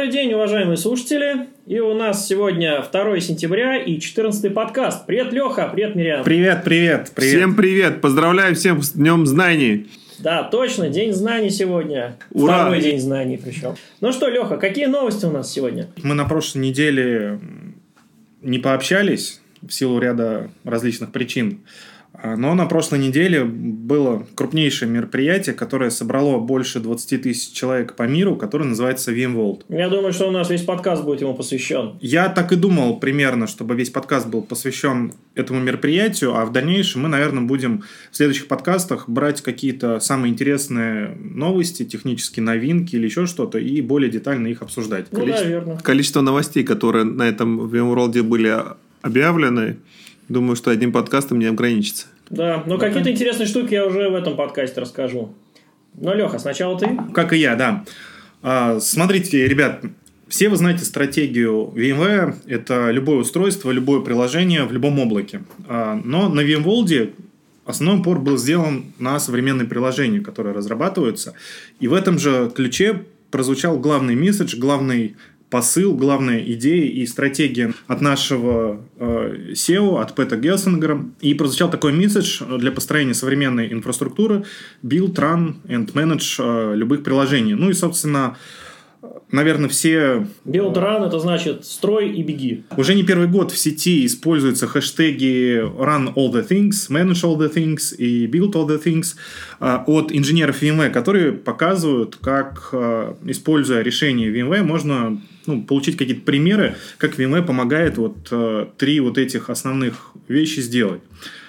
Добрый день, уважаемые слушатели. И у нас сегодня 2 сентября и 14-й подкаст. Привет, Леха. Привет, Мириам. Привет. Всем привет. Поздравляю всем с Днем Знаний. Да, точно. День знаний сегодня. Ура! Второй день знаний пришел. Ну что, Леха, какие новости у нас сегодня? Мы на прошлой неделе не пообщались в силу ряда различных причин. Но на прошлой неделе было крупнейшее мероприятие, которое собрало больше 20 тысяч человек по миру, которое называется VMworld. Я думаю, что у нас весь подкаст будет ему посвящен. Я так и думал примерно, чтобы весь подкаст был посвящен этому мероприятию, а в дальнейшем мы, наверное, будем в следующих подкастах брать какие-то самые интересные новости, технические новинки или еще что-то и более детально их обсуждать. Наверное. Количество новостей, которые на этом VMworld были объявлены, думаю, что одним подкастом не ограничится. Да, но какие-то интересные штуки я уже в этом подкасте расскажу. Но, Леха, сначала ты. Как и я, да. Смотрите, ребят, все вы знаете стратегию VMware. Это любое устройство, любое приложение в любом облаке. Но на VMworld основной упор был сделан на современные приложения, которые разрабатываются. И в этом же ключе прозвучал главный месседж, главный посыл, главная идея и стратегия от нашего SEO, от Пэта Гелсингера. И прозвучал такой месседж для построения современной инфраструктуры: build, run and manage любых приложений. Ну и, собственно, наверное, все... Build run — это значит строй и беги. Уже не первый год в сети используются хэштеги run all the things, manage all the things и build all the things от инженеров VMware, которые показывают, как, используя решение VMware, можно получить какие-то примеры, как VMware помогает три этих основных вещи сделать.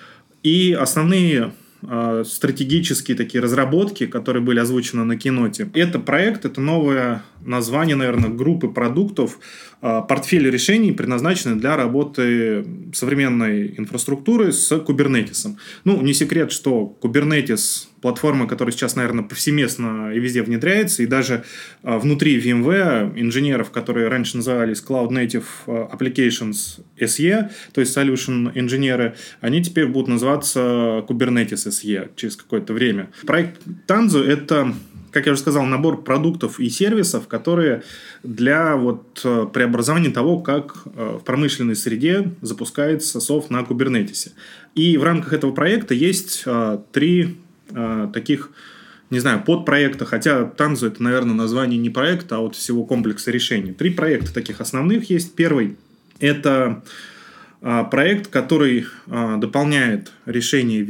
И основные стратегические такие разработки, которые были озвучены на Keynote. Это проект, это новое название, наверное, группы продуктов, портфель решений, предназначенный для работы современной инфраструктуры с Kubernetes. Не секрет, что Kubernetes – платформа, которая сейчас, наверное, повсеместно и везде внедряется, и даже внутри VMware инженеров, которые раньше назывались Cloud Native Applications SE, то есть Solution инженеры, они теперь будут называться Kubernetes SE через какое-то время. Проект Tanzu – это, как я уже сказал, набор продуктов и сервисов, которые для преобразования того, как в промышленной среде запускается софт на Kubernetes. И в рамках этого проекта есть три таких, не знаю, подпроекта, хотя Tanzu — это, наверное, название не проекта, а всего комплекса решений. Три проекта таких основных есть. Первый – это проект, который дополняет решение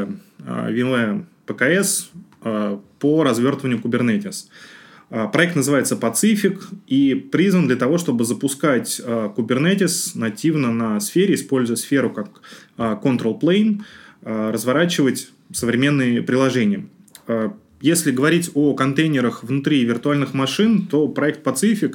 VMware PKS по развертыванию Kubernetes. Проект называется Pacific и призван для того, чтобы запускать Kubernetes нативно на сфере, используя сферу как control plane, разворачивать современные приложения. Если говорить о контейнерах внутри виртуальных машин, то проект Pacific,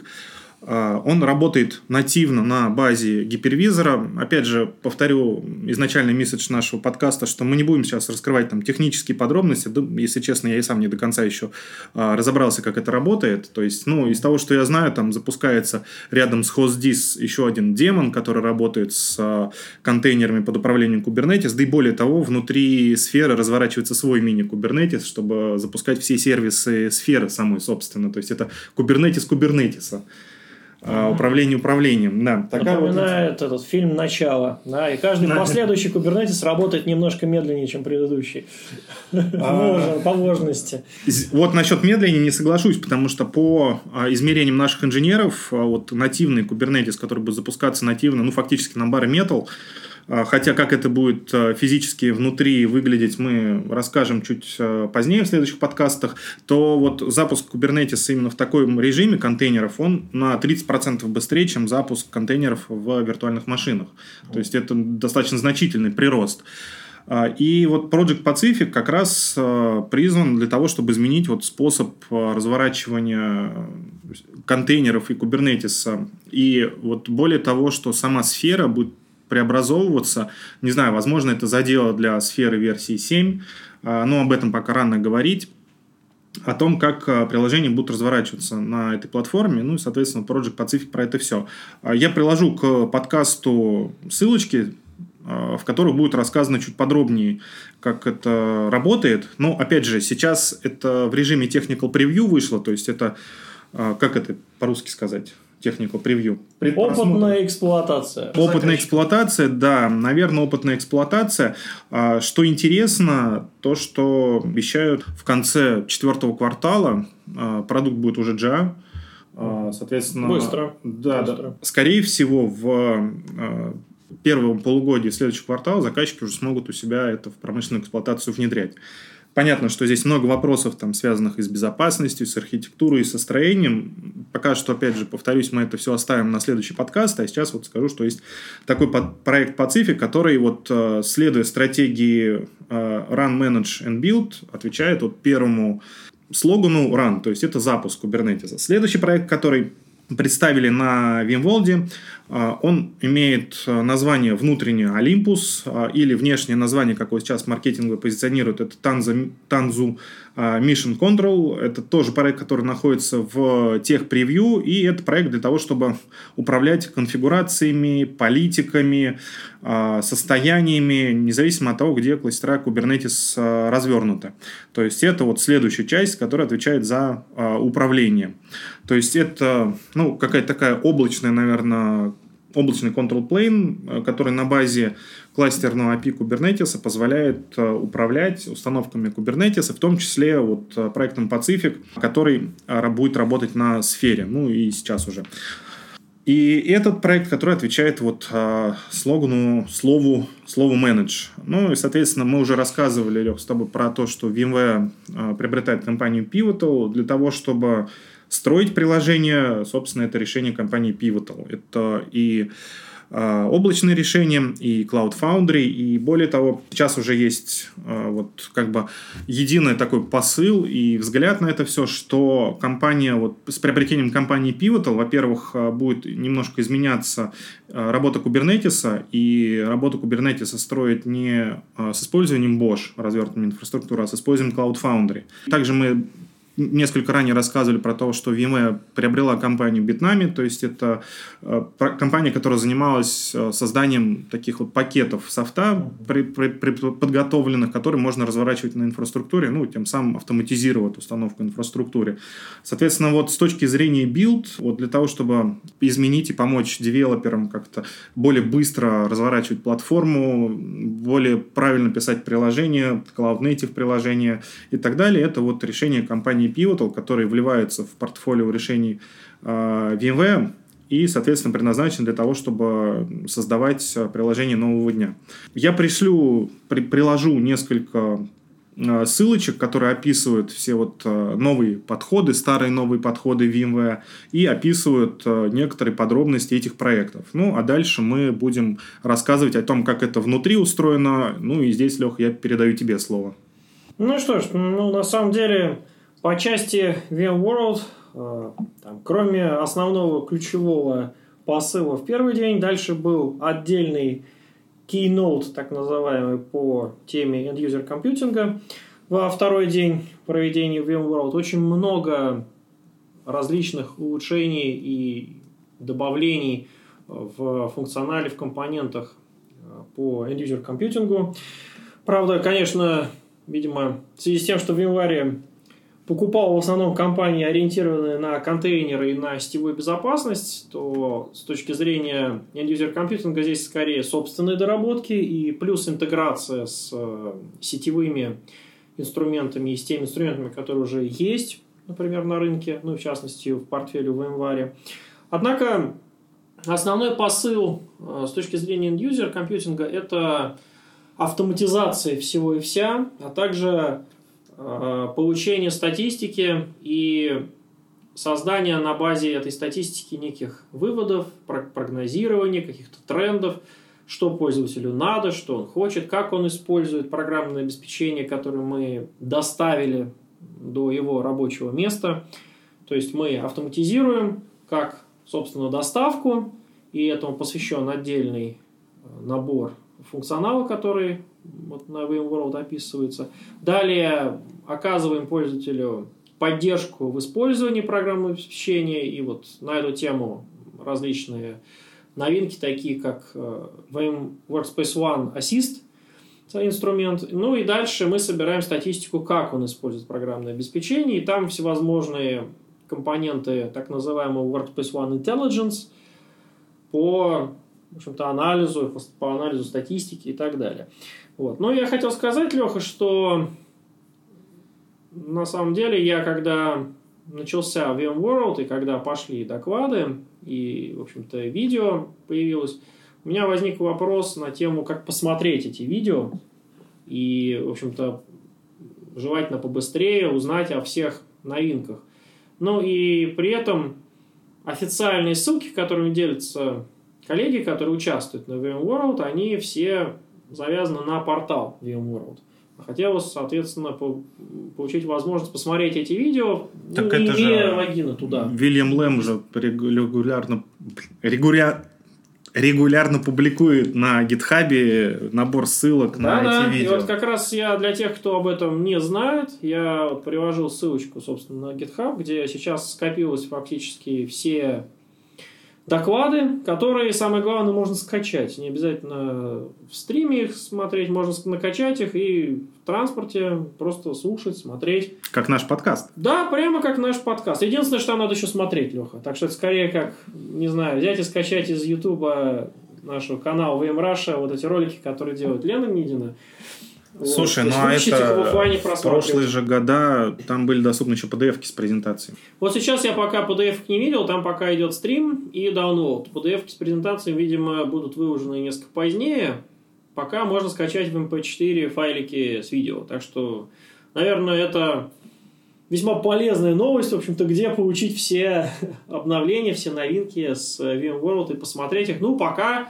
он работает нативно на базе гипервизора. Опять же, повторю изначальный месседж нашего подкаста, что мы не будем сейчас раскрывать там технические подробности. Если честно, я и сам не до конца еще разобрался, как это работает. То есть, из того, что я знаю, там запускается рядом с HostDis еще один демон, который работает с контейнерами под управлением Kubernetes. Да и более того, внутри сферы разворачивается свой мини-Kubernetes, чтобы запускать все сервисы сферы самой, собственно. То есть, это Kubernetes Kubernetes. Управление управлением. Да. Напоминает этот фильм «Начало». Да, и каждый последующий Kubernetes работает немножко медленнее, чем предыдущий. По важности. Насчет медленнее не соглашусь, потому что по измерениям наших инженеров нативный Kubernetes, который будет запускаться нативно, фактически на bare metal, хотя как это будет физически внутри выглядеть, мы расскажем чуть позднее в следующих подкастах, то запуск Kubernetes именно в таком режиме контейнеров, он на 30% быстрее, чем запуск контейнеров в виртуальных машинах. То есть, это достаточно значительный прирост. И Project Pacific как раз призван для того, чтобы изменить способ разворачивания контейнеров и Kubernetes. И более того, что сама сфера будет преобразовываться. Не знаю, возможно, это задело для сферы версии 7, но об этом пока рано говорить. О том, как приложения будут разворачиваться на этой платформе. И, соответственно, Project Pacific про это все. Я приложу к подкасту ссылочки, в которых будет рассказано чуть подробнее, как это работает. Но, опять же, сейчас это в режиме Technical Preview вышло, то есть это как это по-русски сказать? Технику превью. Опытная эксплуатация. Опытная эксплуатация, да, наверное, опытная эксплуатация. Что интересно, то, что обещают в конце 4-го квартала продукт будет уже GA. Соответственно, Быстро. Да, да. Скорее всего, в первом полугодии следующего квартала заказчики уже смогут у себя это в промышленную эксплуатацию внедрять. Понятно, что здесь много вопросов, там, связанных и с безопасностью, и с архитектурой, и со строением. Пока что, опять же, повторюсь, мы это все оставим на следующий подкаст. А сейчас вот скажу, что есть такой проект Pacific, который, вот, следуя стратегии Run, Manage and Build, отвечает вот первому слогану Run, то есть это запуск Kubernetes. Следующий проект, который представили на VMworld, он имеет название внутреннее Olympus или внешнее название, как его сейчас маркетингово позиционируют, это Tanzu Mission Control. Это тоже проект, который находится в тех-превью, и это проект для того, чтобы управлять конфигурациями, политиками, состояниями, независимо от того, где кластера Kubernetes развернуты. То есть это вот следующая часть, которая отвечает за управление. То есть это какая-то такая облачная, наверное, облачный control plane, который на базе кластерного API Kubernetes позволяет управлять установками Kubernetes, в том числе вот проектом Pacific, который будет работать на сфере, и сейчас уже. И этот проект, который отвечает вот слову manage. И, соответственно, мы уже рассказывали, Лех, с тобой про то, что VMware приобретает компанию Pivotal для того, чтобы строить приложение. Собственно, это решение компании Pivotal. Это и облачные решения, и Cloud Foundry, и более того, сейчас уже есть вот как бы единый такой посыл и взгляд на это все, что компания, вот с приобретением компании Pivotal, во-первых, будет немножко изменяться работа Kubernetes, и работу Kubernetes строить не с использованием BOSH, развернутой инфраструктуры, а с использованием Cloud Foundry. Также мы несколько ранее рассказывали про то, что VMware приобрела компанию Bitnami, то есть это компания, которая занималась созданием таких вот пакетов софта, подготовленных, которые можно разворачивать на инфраструктуре, тем самым автоматизировать установку инфраструктуры. Соответственно, вот с точки зрения build, вот для того, чтобы изменить и помочь девелоперам как-то более быстро разворачивать платформу, более правильно писать приложения, Cloud Native приложения и так далее, это вот решение компании Pivotal, которые вливаются в портфолио решений VMware и, соответственно, предназначены для того, чтобы создавать приложение нового дня. Я приложу несколько ссылочек, которые описывают все вот новые подходы, старые новые подходы VMware и описывают некоторые подробности этих проектов. А дальше мы будем рассказывать о том, как это внутри устроено. И здесь, Лех, я передаю тебе слово. Что ж, на самом деле, по части VMworld, кроме основного ключевого посыла в первый день, дальше был отдельный keynote, так называемый, по теме end-user компьютинга. Во второй день проведения VMworld очень много различных улучшений и добавлений в функционале, в компонентах по end-user компьютингу. Правда, конечно, видимо, в связи с тем, что в январе покупал в основном компании, ориентированные на контейнеры и на сетевую безопасность, то с точки зрения end-user компьютинга здесь скорее собственные доработки и плюс интеграция с сетевыми инструментами и с теми инструментами, которые уже есть, например, на рынке, в частности, в портфеле в январе. Однако основной посыл с точки зрения end-user компьютинга – это автоматизация всего и вся, а также получение статистики и создание на базе этой статистики неких выводов, прогнозирования, каких-то трендов, что пользователю надо, что он хочет, как он использует программное обеспечение, которое мы доставили до его рабочего места. То есть мы автоматизируем как, собственно, доставку, и этому посвящен отдельный набор функционала, который вот на VMworld описывается. Далее оказываем пользователю поддержку в использовании программного обеспечения, и вот на эту тему различные новинки, такие как VM Workspace ONE Assist инструмент. И дальше мы собираем статистику, как он использует программное обеспечение, и там всевозможные компоненты так называемого Workspace ONE Intelligence по, в общем-то, анализу, по анализу статистики и так далее. Вот. Но я хотел сказать, Леха, что на самом деле я, когда начался VMworld, и когда пошли доклады, и, в общем-то, видео появилось, у меня возник вопрос на тему, как посмотреть эти видео, и, в общем-то, желательно побыстрее узнать о всех новинках. Ну и при этом официальные ссылки, которыми делятся коллеги, которые участвуют на VMworld, они все завязаны на портал VMworld. Хотелось, соответственно, получить возможность посмотреть эти видео, так не это имея же логина туда. Вильям Лэм же регулярно публикует на GitHub набор ссылок на эти видео. И вот как раз я для тех, кто об этом не знает, я вот привожу ссылочку, собственно, на GitHub, где сейчас скопилось фактически все доклады, которые, самое главное, можно скачать. Не обязательно в стриме их смотреть, можно накачать их и в транспорте просто слушать, смотреть. Как наш подкаст. Да, прямо как наш подкаст. Единственное, что там надо еще смотреть, Леха. Так что это скорее как, не знаю, взять и скачать из Ютуба нашего канала VMRussia вот эти ролики, которые делает Лена Мидина. Слушай, вот. ну а это в прошлые же года там были доступны еще PDF-ки с презентацией. Вот сейчас я пока PDF не видел, там пока идет стрим и download. PDF-ки с презентацией, видимо, будут выложены несколько позднее. Пока можно скачать в MP4 файлики с видео. Так что, наверное, это весьма полезная новость, в общем-то, где получить все обновления, все новинки с VMworld и посмотреть их. Ну, пока...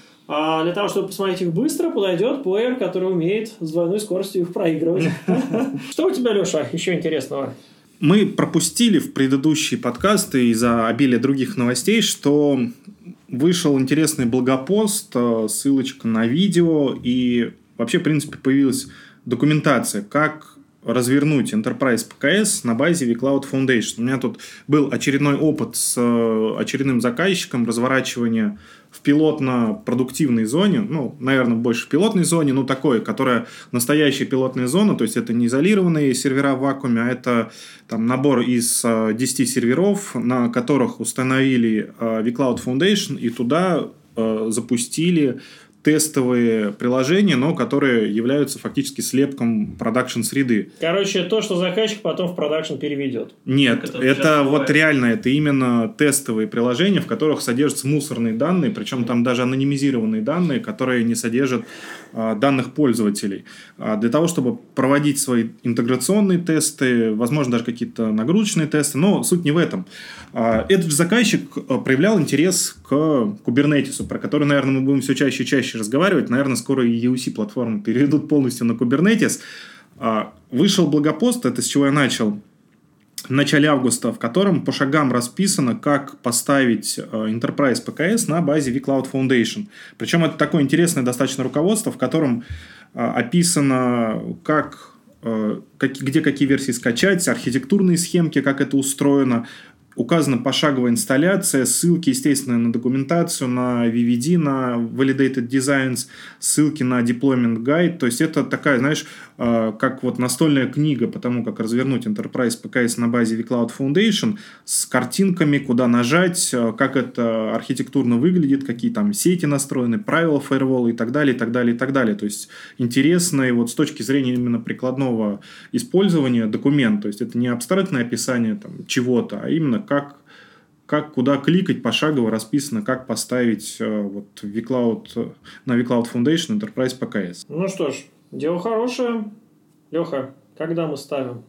для того, чтобы посмотреть их быстро, подойдет плеер, который умеет с двойной скоростью их проигрывать. Что у тебя, Леша, еще интересного? Мы пропустили в предыдущие подкасты из-за обилия других новостей, что вышел интересный блогопост, ссылочка на видео, и вообще, в принципе, появилась документация, как развернуть Enterprise PKS на базе vCloud Foundation. У меня тут был очередной опыт с очередным заказчиком разворачивания в пилотно-продуктивной зоне, ну, наверное, больше в пилотной зоне, но такой, которая настоящая пилотная зона, то есть это не изолированные сервера в вакууме, а это там набор из 10 серверов, на которых установили vCloud Foundation и туда запустили тестовые приложения, но которые являются фактически слепком продакшн-среды. Короче, то, что заказчик потом в продакшн переведет. Нет, это вот реально, это именно тестовые приложения, в которых содержатся мусорные данные, причем там даже анонимизированные данные, которые не содержат данных пользователей. Для того, чтобы проводить свои интеграционные тесты, возможно, даже какие-то нагрузочные тесты, но суть не в этом. Этот же заказчик проявлял интерес к Kubernetes, про который, наверное, мы будем все чаще и чаще разговаривать. Наверное, скоро и EUC-платформу переведут полностью на Kubernetes. Вышел блогопост, это с чего я начал, в начале августа, в котором по шагам расписано, как поставить Enterprise PKS на базе vCloud Foundation. Причем это такое интересное достаточно руководство, в котором описано, где какие версии скачать, архитектурные схемки, как это устроено. Указана пошаговая инсталляция, ссылки, естественно, на документацию, на VVD, на Validated Designs, ссылки на Deployment Guide. То есть это такая, знаешь, как вот настольная книга по тому, как развернуть Enterprise PKS на базе vCloud Foundation с картинками, куда нажать, как это архитектурно выглядит, какие там сети настроены, правила firewall и так далее, и так далее, и так далее. То есть интересный вот с точки зрения именно прикладного использования документ. То есть это не абстрактное описание там, чего-то, а именно как куда кликать, пошагово расписано, как поставить вот vCloud, на vCloud Foundation Enterprise PKS. Ну что ж, дело хорошее. Леха, когда мы ставим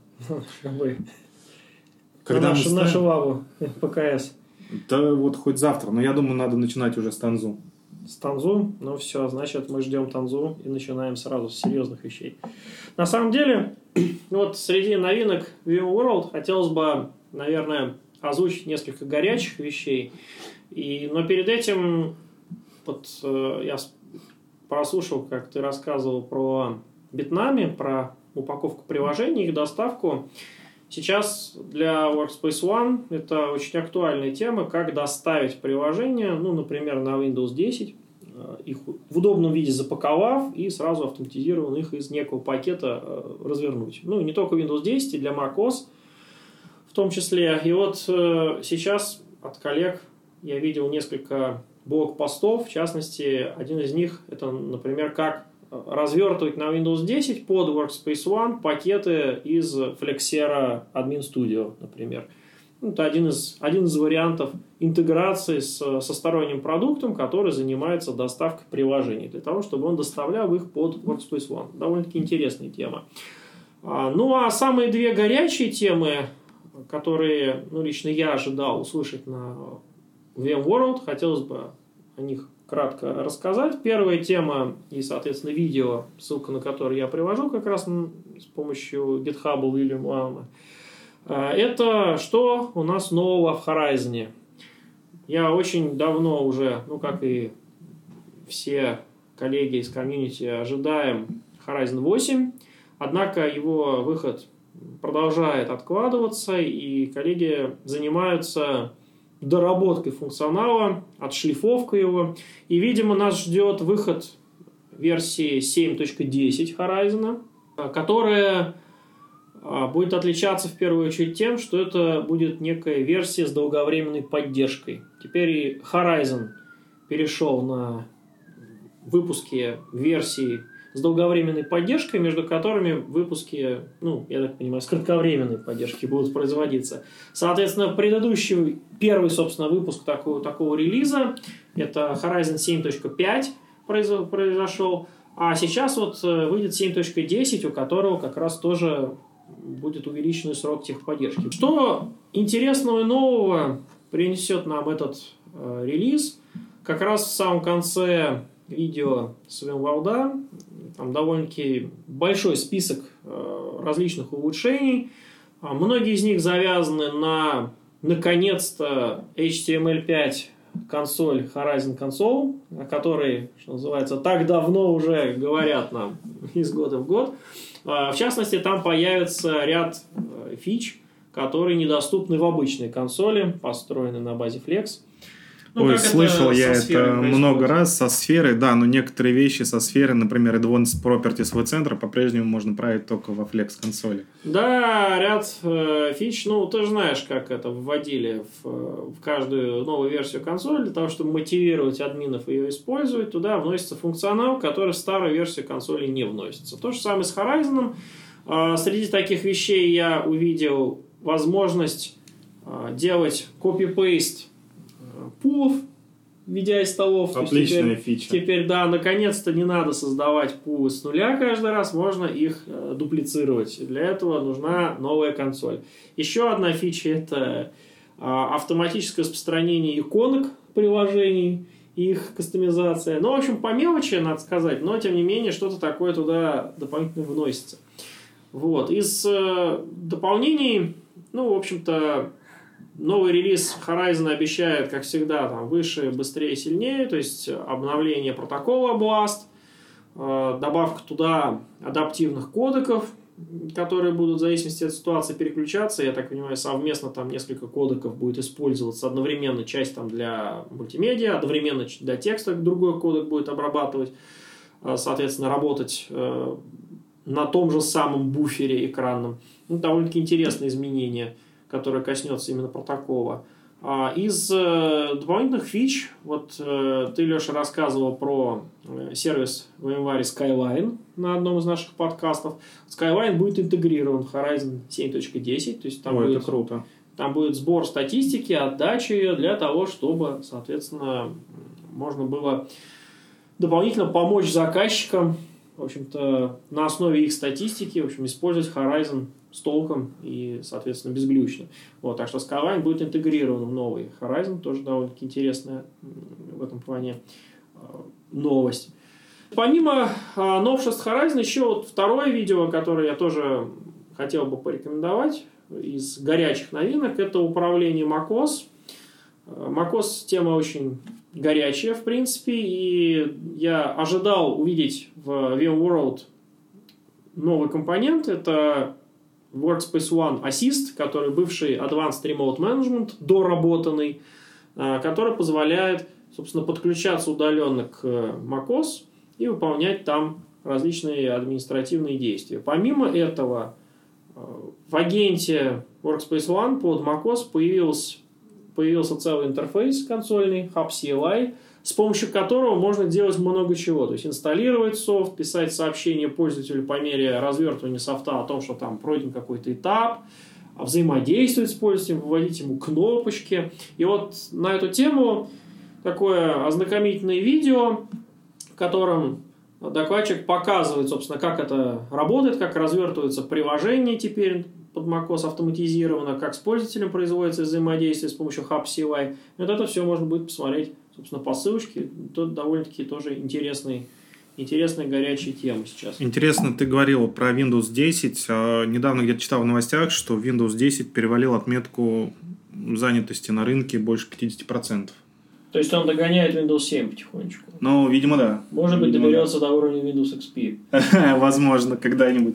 нашу лаву ПКС? Да вот хоть завтра, но я думаю, надо начинать уже с Танзу. С Танзу? Ну все, значит, мы ждем Танзу и начинаем сразу с серьезных вещей. На самом деле, вот среди новинок VMworld хотелось бы, наверное, озвучить несколько горячих вещей. Но перед этим вот, я прослушал, как ты рассказывал про Bitnami, про упаковку приложений, их доставку. Сейчас для Workspace ONE это очень актуальная тема, как доставить приложение, ну, например, на Windows 10, их в удобном виде запаковав и сразу автоматизированно их из некого пакета развернуть. Ну, и не только Windows 10, и для macOS в том числе. И вот сейчас от коллег я видел несколько блог-постов, в частности, один из них, это, например, как развертывать на Windows 10 под Workspace ONE пакеты из Flexera Admin Studio, например. Это один из вариантов интеграции со сторонним продуктом, который занимается доставкой приложений, для того, чтобы он доставлял их под Workspace ONE. Довольно-таки интересная тема. Ну, а самые две горячие темы, которые лично я ожидал услышать на VMworld, хотелось бы о них кратко рассказать. Первая тема и, соответственно, видео, ссылка на которое я привожу как раз с помощью GitHub Уильяма Лауна. Это что у нас нового в Horizon. Я очень давно уже, как и все коллеги из комьюнити, ожидаем Horizon 8, однако его выход продолжает откладываться, и коллеги занимаются доработкой функционала, отшлифовкой его. И, видимо, нас ждет выход версии 7.10 Horizon, которая будет отличаться в первую очередь тем, что это будет некая версия с долговременной поддержкой. Теперь и Horizon перешел на выпуски версий с долговременной поддержкой, между которыми выпуски, я так понимаю, с кратковременной поддержки будут производиться. Соответственно, первый, собственно, выпуск такого релиза, это Horizon 7.5 произошел, а сейчас вот выйдет 7.10, у которого как раз тоже будет увеличенный срок техподдержки. Что интересного и нового принесет нам этот релиз? Как раз в самом конце видео с VMworld там довольно-таки большой список различных улучшений. Многие из них завязаны на, наконец-то, HTML5 консоль Horizon Console, о которой, что называется, так давно уже говорят нам из года в год. В частности, там появится ряд фич, которые недоступны в обычной консоли, построенной на базе Flex. Слышал я это много раз со сферой, да, но некоторые вещи со сферы, например, Advanced Properties V-центра по-прежнему можно править только во Flex консоли. Да, ряд фич, ты же знаешь, как это вводили в каждую новую версию консоли, для того, чтобы мотивировать админов ее использовать, туда вносится функционал, который в старую версию консоли не вносится. То же самое с Horizon. Среди таких вещей я увидел возможность делать copy-paste пулов, видя из столов. Отличная фича. Теперь, да, наконец-то не надо создавать пулы с нуля каждый раз, можно их дуплицировать. Для этого нужна новая консоль. Еще одна фича – это автоматическое распространение иконок приложений, их кастомизация. В общем, по мелочи, надо сказать, но, тем не менее, что-то такое туда дополнительно вносится. Вот. Из дополнений, в общем-то, новый релиз Horizon обещает, как всегда, выше, быстрее, сильнее, то есть обновление протокола Blast, добавка туда адаптивных кодеков, которые будут в зависимости от ситуации переключаться. Я так понимаю, совместно несколько кодеков будет использоваться одновременно, часть для мультимедиа, одновременно для текста другой кодек будет обрабатывать, соответственно, работать на том же самом буфере экранном. Довольно-таки интересные изменения, которое коснется именно протокола. Из дополнительных фич, ты, Леша, рассказывал про сервис в VMware Skyline на одном из наших подкастов. Skyline будет интегрирован в Horizon 7.10, то есть это круто. Там будет сбор статистики, отдача ее для того, чтобы, соответственно, можно было дополнительно помочь заказчикам, в общем-то, на основе их статистики, использовать Horizon с толком и, соответственно, безглючно. Так что Skyline будет интегрирован в новый Horizon, тоже довольно-таки интересная в этом плане новость. Помимо новшеств Horizon, еще второе видео, которое я тоже хотел бы порекомендовать из горячих новинок, это управление macOS. macOS тема очень горячая, в принципе, и я ожидал увидеть в VMworld новый компонент. Это Workspace ONE Assist, который бывший Advanced Remote Management, доработанный, который позволяет, собственно, подключаться удаленно к macOS и выполнять там различные административные действия. Помимо этого, В агенте Workspace ONE под macOS появился целый интерфейс консольный, Hub CLI, с помощью которого можно делать много чего. То есть инсталлировать софт, писать сообщения пользователю по мере развертывания софта о том, что там пройден какой-то этап, взаимодействовать с пользователем, выводить ему кнопочки. И вот на эту тему такое ознакомительное видео, в котором докладчик показывает, собственно, как это работает, как развертывается приложение теперь под macOS автоматизированно, как с пользователем производится взаимодействие с помощью Hub CLI. Вот это все можно будет посмотреть, собственно, по ссылочке. Тут довольно-таки тоже интересная горячая тема сейчас. Интересно, ты говорил про Windows 10. Недавно где-то читал в новостях, что Windows 10 перевалил отметку занятости на рынке больше 50%. То есть он догоняет Windows 7 потихонечку. Ну, видимо, да. Может быть, доберется до уровня Windows XP. Возможно, когда-нибудь.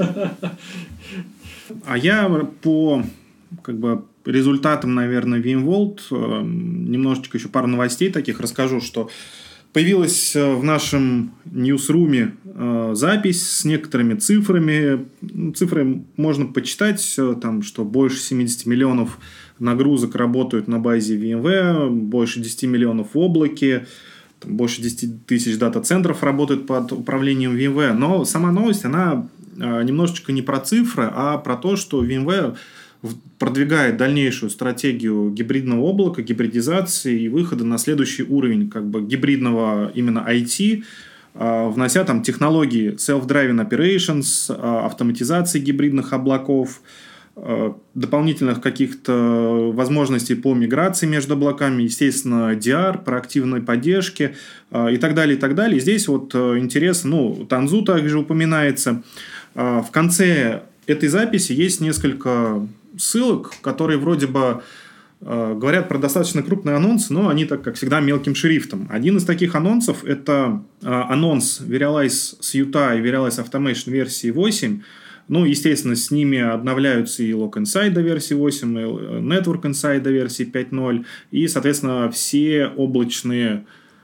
А я по результатам, наверное, VMworld немножечко еще пару новостей таких расскажу, что появилась в нашем ньюсруме запись с некоторыми цифрами. Цифры можно почитать, там, что больше 70 миллионов нагрузок работают на базе VMware, больше 10 миллионов в облаке, больше 10 тысяч дата-центров работают под управлением VMware. Но сама новость, она немножечко не про цифры, а про то, что VMware продвигает дальнейшую стратегию гибридного облака, гибридизации и выхода на следующий уровень гибридного именно IT, внося там технологии self-driving operations, автоматизации гибридных облаков, дополнительных каких-то возможностей по миграции между облаками, естественно, DR, проактивной поддержки и так далее, и так далее. И здесь вот интересно, Tanzu также упоминается. В конце этой записи есть несколько ссылок, которые вроде бы говорят про достаточно крупные анонсы, но они, так как всегда, мелким шрифтом. Один из таких анонсов – это анонс Verialize Suite и Verialize Automation версии 8. Естественно, с ними обновляются и Lock Inside до версии 8, и Network Inside до версии 5.0, и, соответственно, все облачные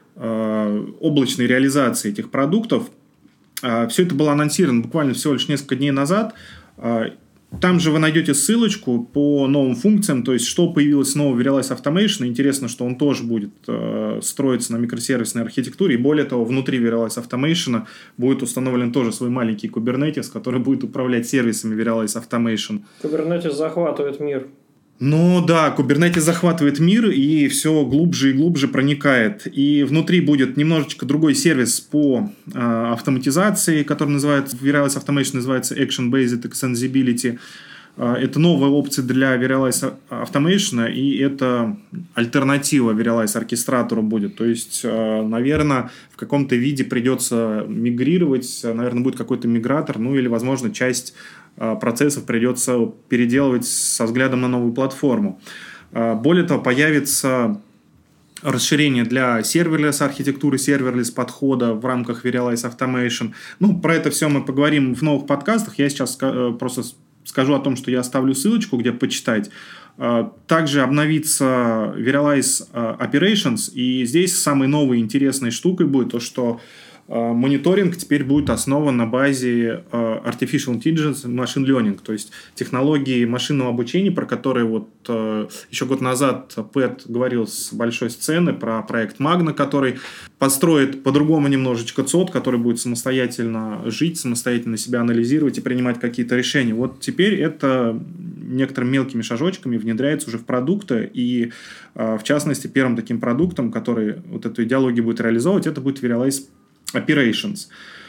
реализации этих продуктов. Все это было анонсировано буквально всего лишь несколько дней назад. Там же вы найдете ссылочку по новым функциям, то есть, что появилось нового в Verialize Automation. Интересно, что он тоже будет строиться на микросервисной архитектуре. И более того, внутри Verialize Automation будет установлен тоже свой маленький Kubernetes, который будет управлять сервисами Verialize Automation. Kubernetes захватывает мир. Да, Kubernetes захватывает мир и все глубже и глубже проникает. И внутри будет немножечко другой сервис по автоматизации, который называется, в Verialize Automation называется Action Based Extensibility. Это новая опция для Verialize Automation, и это альтернатива Verialize оркестратору будет. То есть, наверное, в каком-то виде придется мигрировать, наверное, будет какой-то мигратор, или, возможно, часть процессов придется переделывать со взглядом на новую платформу. Более того, появится расширение для серверлес архитектуры, серверлес подхода в рамках Verialize Automation. Про это все мы поговорим в новых подкастах. Я сейчас просто скажу о том, что я оставлю ссылочку, где почитать. Также обновится Verialize Operations, и здесь самой новой интересной штукой будет то, что мониторинг теперь будет основан на базе Artificial Intelligence и Machine Learning, то есть технологии машинного обучения, про которые еще год назад Пэт говорил с большой сцены про проект Magna, который построит по-другому немножечко ЦОД, который будет самостоятельно жить, самостоятельно себя анализировать и принимать какие-то решения. Вот теперь это некоторыми мелкими шажочками внедряется уже в продукты, и в частности первым таким продуктом, который вот эту идеологию будет реализовывать, это будет Verialize Operations.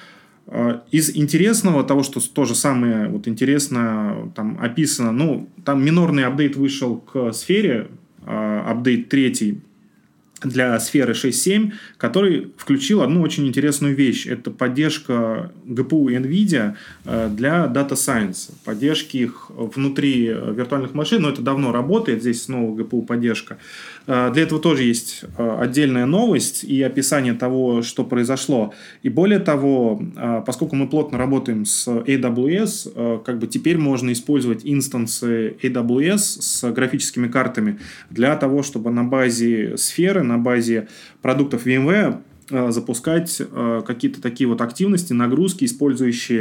Из интересного, того, что тоже самое интересно там описано, там минорный апдейт вышел к сфере, апдейт 3 для сферы 6.7, который включил одну очень интересную вещь. Это поддержка GPU NVIDIA для Data Science. Поддержки их внутри виртуальных машин, но это давно работает, здесь снова GPU поддержка. Для этого тоже есть отдельная новость и описание того, что произошло. И более того, поскольку мы плотно работаем с AWS, теперь можно использовать инстансы AWS с графическими картами для того, чтобы на базе сферы, на базе продуктов VMware запускать какие-то такие активности, нагрузки, использующие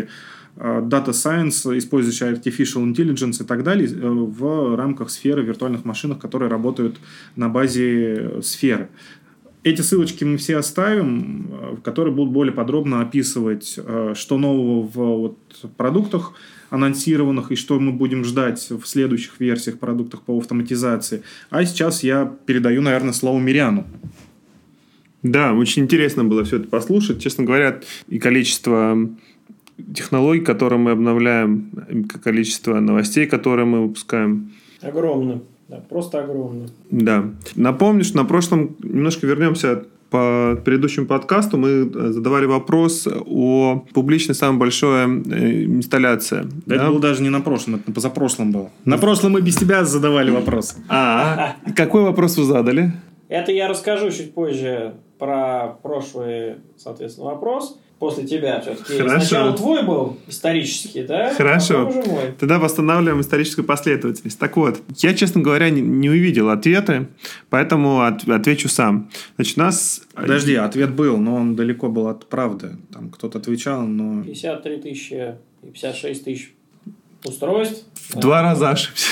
Data Science, использующий Artificial Intelligence и так далее в рамках сферы виртуальных машин, которые работают на базе сферы. Эти ссылочки мы все оставим, которые будут более подробно описывать, что нового в продуктах анонсированных и что мы будем ждать в следующих версиях продуктов по автоматизации. А сейчас я передаю, наверное, слово Мириану. Да, очень интересно было все это послушать. Честно говоря, и количество технологий, которые мы обновляем, и количество новостей, которые мы выпускаем. Огромно. Да, просто огромно. Да. Напомню, что на прошлом, немножко вернемся по предыдущему подкасту, мы задавали вопрос о публичной самой большой инсталляции. Да? Это было даже не на прошлом, это на позапрошлом было. На прошлом мы без тебя задавали вопрос. Какой вопрос вы задали? Это я расскажу чуть позже про прошлый, соответственно, вопрос. После тебя все-таки. Хорошо. Сначала твой был исторический, да? Хорошо. А потом уже мой. Тогда восстанавливаем историческую последовательность. Так вот, я, честно говоря, не увидел ответы, поэтому отвечу сам. Значит, у нас... Подожди, ответ был, но он далеко был от правды. Там кто-то отвечал, но... 53 тысячи и 56 тысяч устройств. В 2 раза ошибся.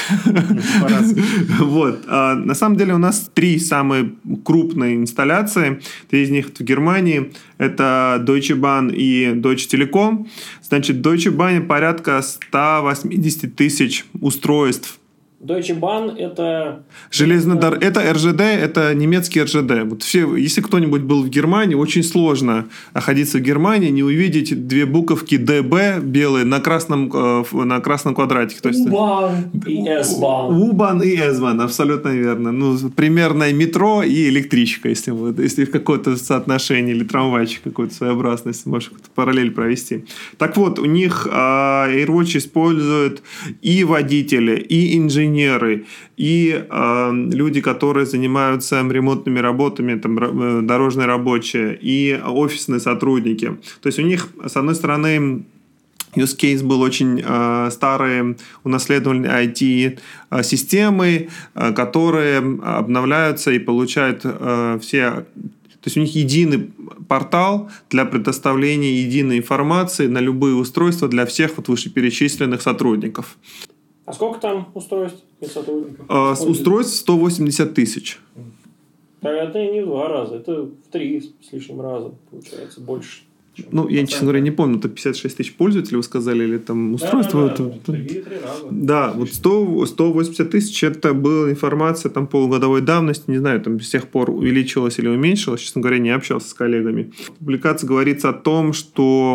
Вот. На самом деле у нас 3 самые крупные инсталляции. 2 из них в Германии. Это Deutsche Bahn и Deutsche Telekom. Значит, в Deutsche Bahn порядка 180 тысяч устройств. Deutsche Bahn это... Это РЖД, это немецкий РЖД. Вот все, если кто-нибудь был в Германии, очень сложно находиться в Германии, не увидеть 2 буковки ДБ белые на красном квадратике. U-Bahn и S-Bahn. U-Bahn и S-Bahn, абсолютно верно. Ну, примерно метро и электричка, если в какое-то соотношение, или трамвайчик какой-то своеобразный, если можешь какую-то параллель провести. Так вот, у них AirWatch используют и водители, и инженеры, и люди, которые занимаются ремонтными работами, там, дорожные рабочие, и офисные сотрудники. То есть у них, с одной стороны, use case был очень старые, унаследованные IT-системы, которые обновляются и получают все... То есть у них единый портал для предоставления единой информации на любые устройства для всех вышеперечисленных сотрудников. А сколько там устройств и сотрудников? Устройств 180 тысяч. Это не в 2 раза, это в 3 с лишним раза, получается, больше. Я, честно говоря, не помню, это 56 тысяч пользователей, вы сказали, или там устройство? Да, 3 раза. Да, вот 180 тысяч, это была информация там полугодовой давности, не знаю, там с тех пор увеличилась или уменьшилась, честно говоря, не общался с коллегами. В публикации говорится о том, что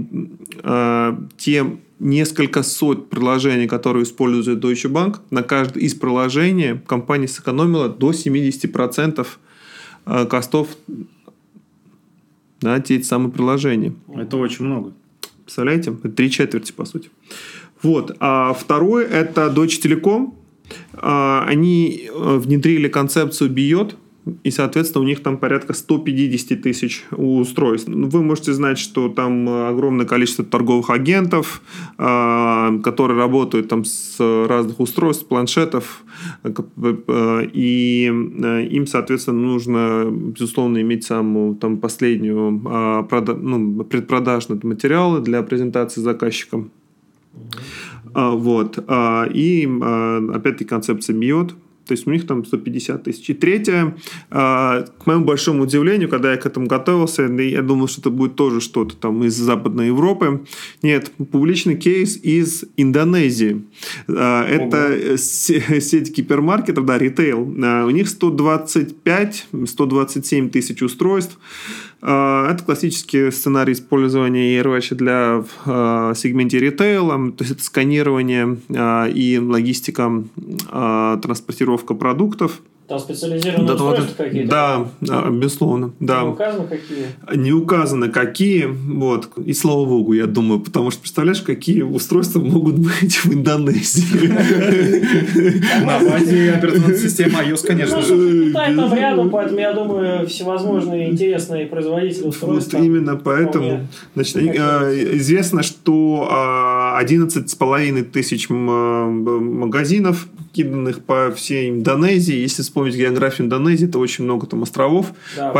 те несколько сот приложений, которые использует Deutsche Bank, на каждое из приложений компания сэкономила до 70% костов на те самые приложения. Это очень много. Представляете? Это 3/4, по сути. Вот. А второе, это Deutsche Telekom. Они внедрили концепцию BIOT, и, соответственно, у них там порядка 150 тысяч устройств. Вы можете знать, что там огромное количество торговых агентов, которые работают там с разных устройств, планшетов, и им, соответственно, нужно, безусловно, иметь самую там последнюю предпродажные материалы для презентации заказчикам. Вот. И, опять-таки, концепция BIOT. То есть у них там 150 тысяч. И третье, к моему большому удивлению, когда я к этому готовился, я думал, что это будет тоже что-то там из Западной Европы. Нет, публичный кейс из Индонезии. Это сеть гипермаркетов, да, ритейл. У них 125-127 тысяч устройств. Это классический сценарий использования AirWatch для сегменте ритейла. То есть это сканирование и логистика, транспортировка продуктов. Там специализированные устройства какие-то? Да, безусловно. Да. Не указано, какие? Не указано, какие. Вот. И слава богу, я думаю, потому что представляешь, какие устройства могут быть в Индонезии. На базе операционной системы iOS, конечно же. Китай там рядом, поэтому я думаю, всевозможные интересные производители устройств. Вот именно поэтому. Значит, известно, что 11,5 тысяч магазинов, киданных по всей Индонезии. Если вспомнить географию Индонезии, то очень много там островов. Да,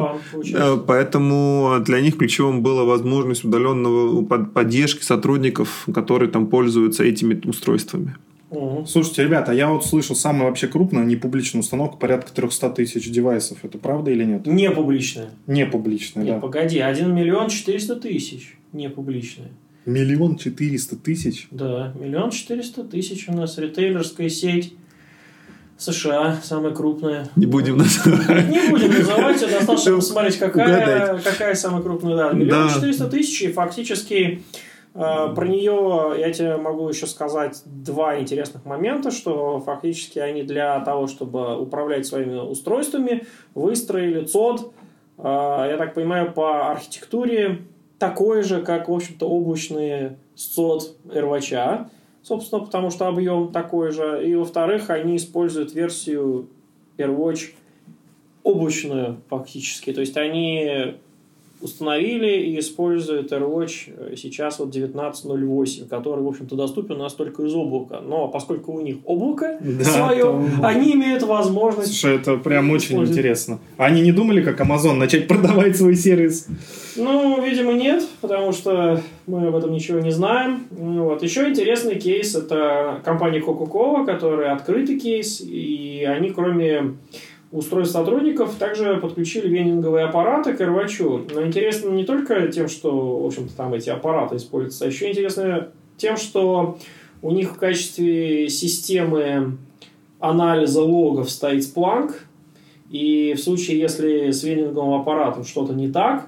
поэтому для них ключевым была возможность удаленного поддержки сотрудников, которые там пользуются этими устройствами. Слушайте, ребята, я вот слышал, самая вообще крупная непубличная установка порядка 300 тысяч девайсов. Это правда или нет? Не публичная. Не публичная, да. Погоди, 1 400 000 не публичная. 1 400 000? Да, 1 400 000 у нас ритейлерская сеть США, самая крупная. Не будем называть. Не будем называть, достаточно посмотреть, какая самая крупная. Да, 1 400 000, и фактически про нее я тебе могу еще сказать два интересных момента, что фактически они для того, чтобы управлять своими устройствами, выстроили ЦОД, я так понимаю, по архитектуре такой же, как, в общем-то, облачные ЦОД AirWatch, собственно, потому что объем такой же. И, во-вторых, они используют версию AirWatch облачную фактически. То есть они установили и используют AirWatch сейчас вот 19.08, который, в общем-то, доступен у нас только из облака. Но поскольку у них облако свое, они имеют возможность... Слушай, это прям очень интересно. Они не думали, как Amazon, начать продавать свой сервис? Ну, видимо, нет, потому что мы об этом ничего не знаем. Вот. Еще интересный кейс – это компания Coca-Cola, которая открытый кейс, и они, кроме устройств сотрудников, также подключили вендинговые аппараты к AirWatch. Но интересно не только тем, что, в общем-то, там эти аппараты используются, а еще интересно тем, что у них в качестве системы анализа логов стоит Splunk, и в случае, если с вендинговым аппаратом что-то не так,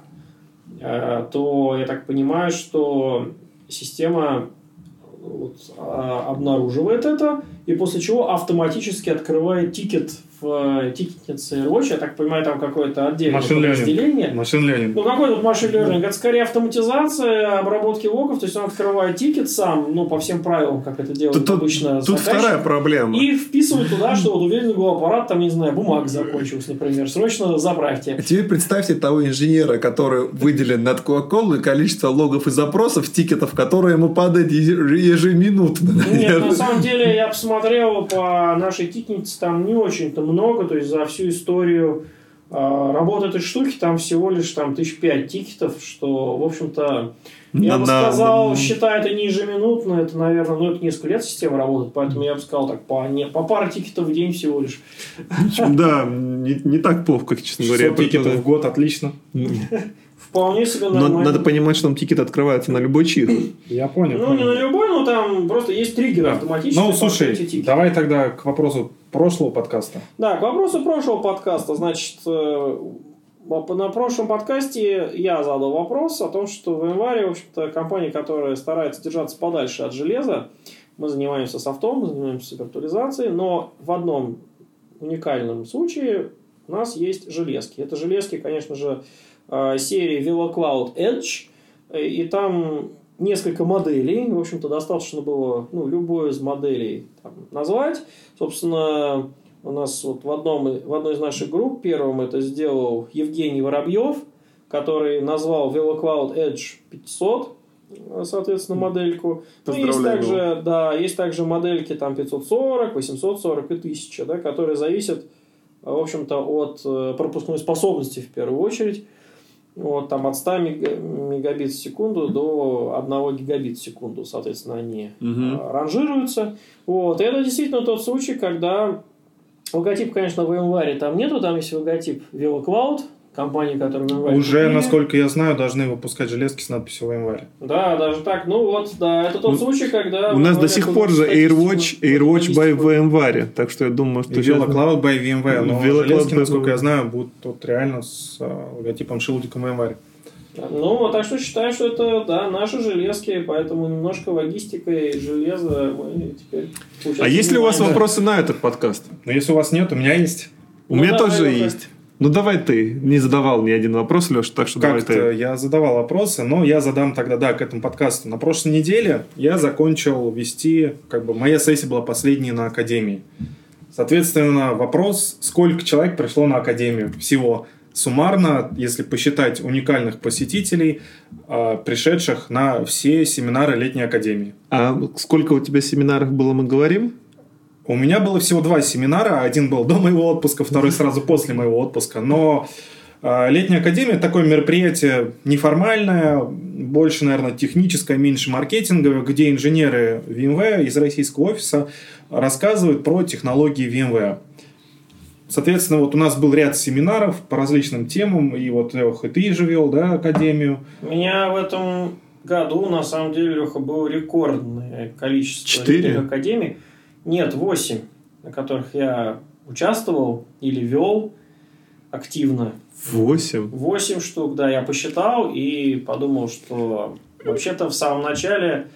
то я так понимаю, что система обнаруживает это, и после чего автоматически открывает тикет в тикетнице AirWatch. Я так понимаю, там какое-то отдельное подразделение. Машин ленинг. Ну, какой тут машин ленинг? Это скорее автоматизация обработки логов, то есть он открывает тикет сам, ну, по всем правилам, как это делает обычно заказчик. Тут вторая проблема. И вписывает туда, что вот у вендингового аппарата, там, не знаю, бумага закончилась, например, срочно заправьте. А теперь представьте того инженера, который выделен над Coca-Cola, количество логов и запросов, тикетов, которые ему падают ежеминутно. Нет, на самом деле, я посмотрел по нашей тикетнице, там не очень-то много, то есть за всю историю работы этой штуки там всего лишь там 1005 тикетов, что, в общем-то, я бы сказал, считая это не ежеминутно, это, наверное, ну, это несколько лет система работает, поэтому я бы сказал так, по паре тикетов в день всего лишь. Да, не так плохо, как, честно говоря. 100 тикетов в год, отлично. Вполне себе нормально. Но надо понимать, что там тикет открывается на любой чих. Я понял. Ну, не на любой, но там просто есть триггеры автоматически. Ну, слушай, давай тогда к вопросу прошлого подкаста. Да, к вопросу прошлого подкаста. Значит, на прошлом подкасте я задал вопрос о том, что в январе, в общем-то, компания, которая старается держаться подальше от железа, мы занимаемся софтом, мы занимаемся виртуализацией, но в одном уникальном случае у нас есть железки. Это железки, конечно же, серии VeloCloud Edge, и там несколько моделей, в общем-то, достаточно было любую из моделей там назвать. Собственно, у нас вот в одной из наших групп первым это сделал Евгений Воробьев, который назвал VeloCloud Edge 500, соответственно, модельку. Есть также модельки там 540, 840 и 1000, да, которые зависят, в общем-то, от пропускной способности в первую очередь. Вот, там от 100 мегабит в секунду до 1 гигабит в секунду, соответственно, они ранжируются. Вот. И это действительно тот случай, когда логотип, конечно, в VMware там нету, там есть логотип VeloCloud, компании, которая VMware уже, купили. Насколько я знаю, должны выпускать железки с надписью VMware. Да, даже так. Ну вот, да, это тот случай, когда... У нас до сих пор же AirWatch by VMware, так что я думаю, что... VeloCloud by VMware, но железки, насколько я знаю, будут тут реально с логотипом шилдиком VMware. Ну, так что считаю, что это, да, наши железки, поэтому немножко логистикой железа мы теперь... А есть ли у вас вопросы на этот подкаст? Ну, если у вас нет, у меня есть. У меня тоже есть. Ну, давай ты. Не задавал ни один вопрос, Леш, так что давай ты. Я задавал вопросы, но я задам тогда, да, к этому подкасту. На прошлой неделе я закончил вести, моя сессия была последней на Академии. Соответственно, вопрос, сколько человек пришло на Академию всего. суммарно, если посчитать уникальных посетителей, пришедших на все семинары летней академии. А сколько у тебя семинаров было, мы говорим? У меня было всего 2 семинара. Один был до моего отпуска, второй сразу после моего отпуска. Но летняя академия – такое мероприятие неформальное, больше, наверное, техническое, меньше маркетинговое, где инженеры VMware из российского офиса рассказывают про технологии VMware. Соответственно, вот у нас был ряд семинаров по различным темам, и вот, Лех, и ты же вел, да, академию. У меня в этом году, на самом деле, Леха, было рекордное количество 4 академий. Нет, 8, на которых я участвовал или вел активно. 8? 8 штук, да, я посчитал и подумал, что вообще-то в самом начале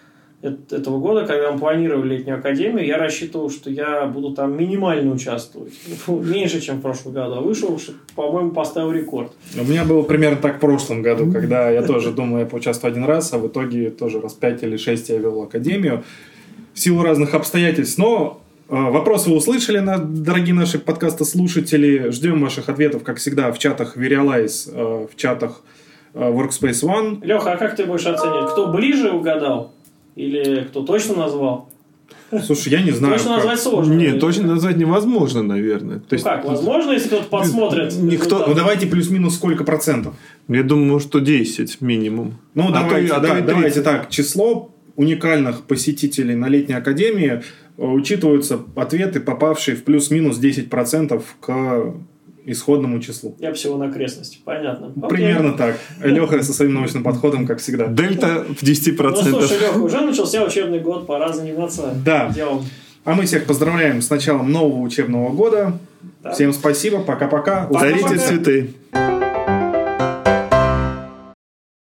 этого года, когда мы планировали летнюю академию, я рассчитывал, что я буду там минимально участвовать. Меньше, чем в прошлом году. А вышел, по-моему, поставил рекорд. У меня было примерно так в прошлом году, когда я тоже думал, я поучаствую один раз, а в итоге тоже раз 5 или 6 я вел академию. В силу разных обстоятельств. Но вопрос вы услышали, дорогие наши подкаста-слушатели. Ждем ваших ответов, как всегда, в чатах Verialize, в чатах Workspace ONE. Леха, а как ты будешь оценивать? Кто ближе угадал? Или кто точно назвал? Слушай, я не знаю. Точно назвать сложно. Нет, точно назвать невозможно, наверное. Ну как, возможно, если кто-то подсмотрит? Никто... Ну давайте плюс-минус сколько процентов? Я думаю, что 10 минимум. Ну давайте так. Число уникальных посетителей на летней академии учитываются ответы, попавшие в плюс-минус 10% к исходному числу. Я всего на окрестности, понятно. Примерно так. Леха со своим научным подходом, как всегда. Дельта в 10%. Ну слушай, Леха, уже начался учебный год, пора заниматься делом. А мы всех поздравляем с началом нового учебного года. Да. Всем спасибо, пока-пока. Дарите цветы.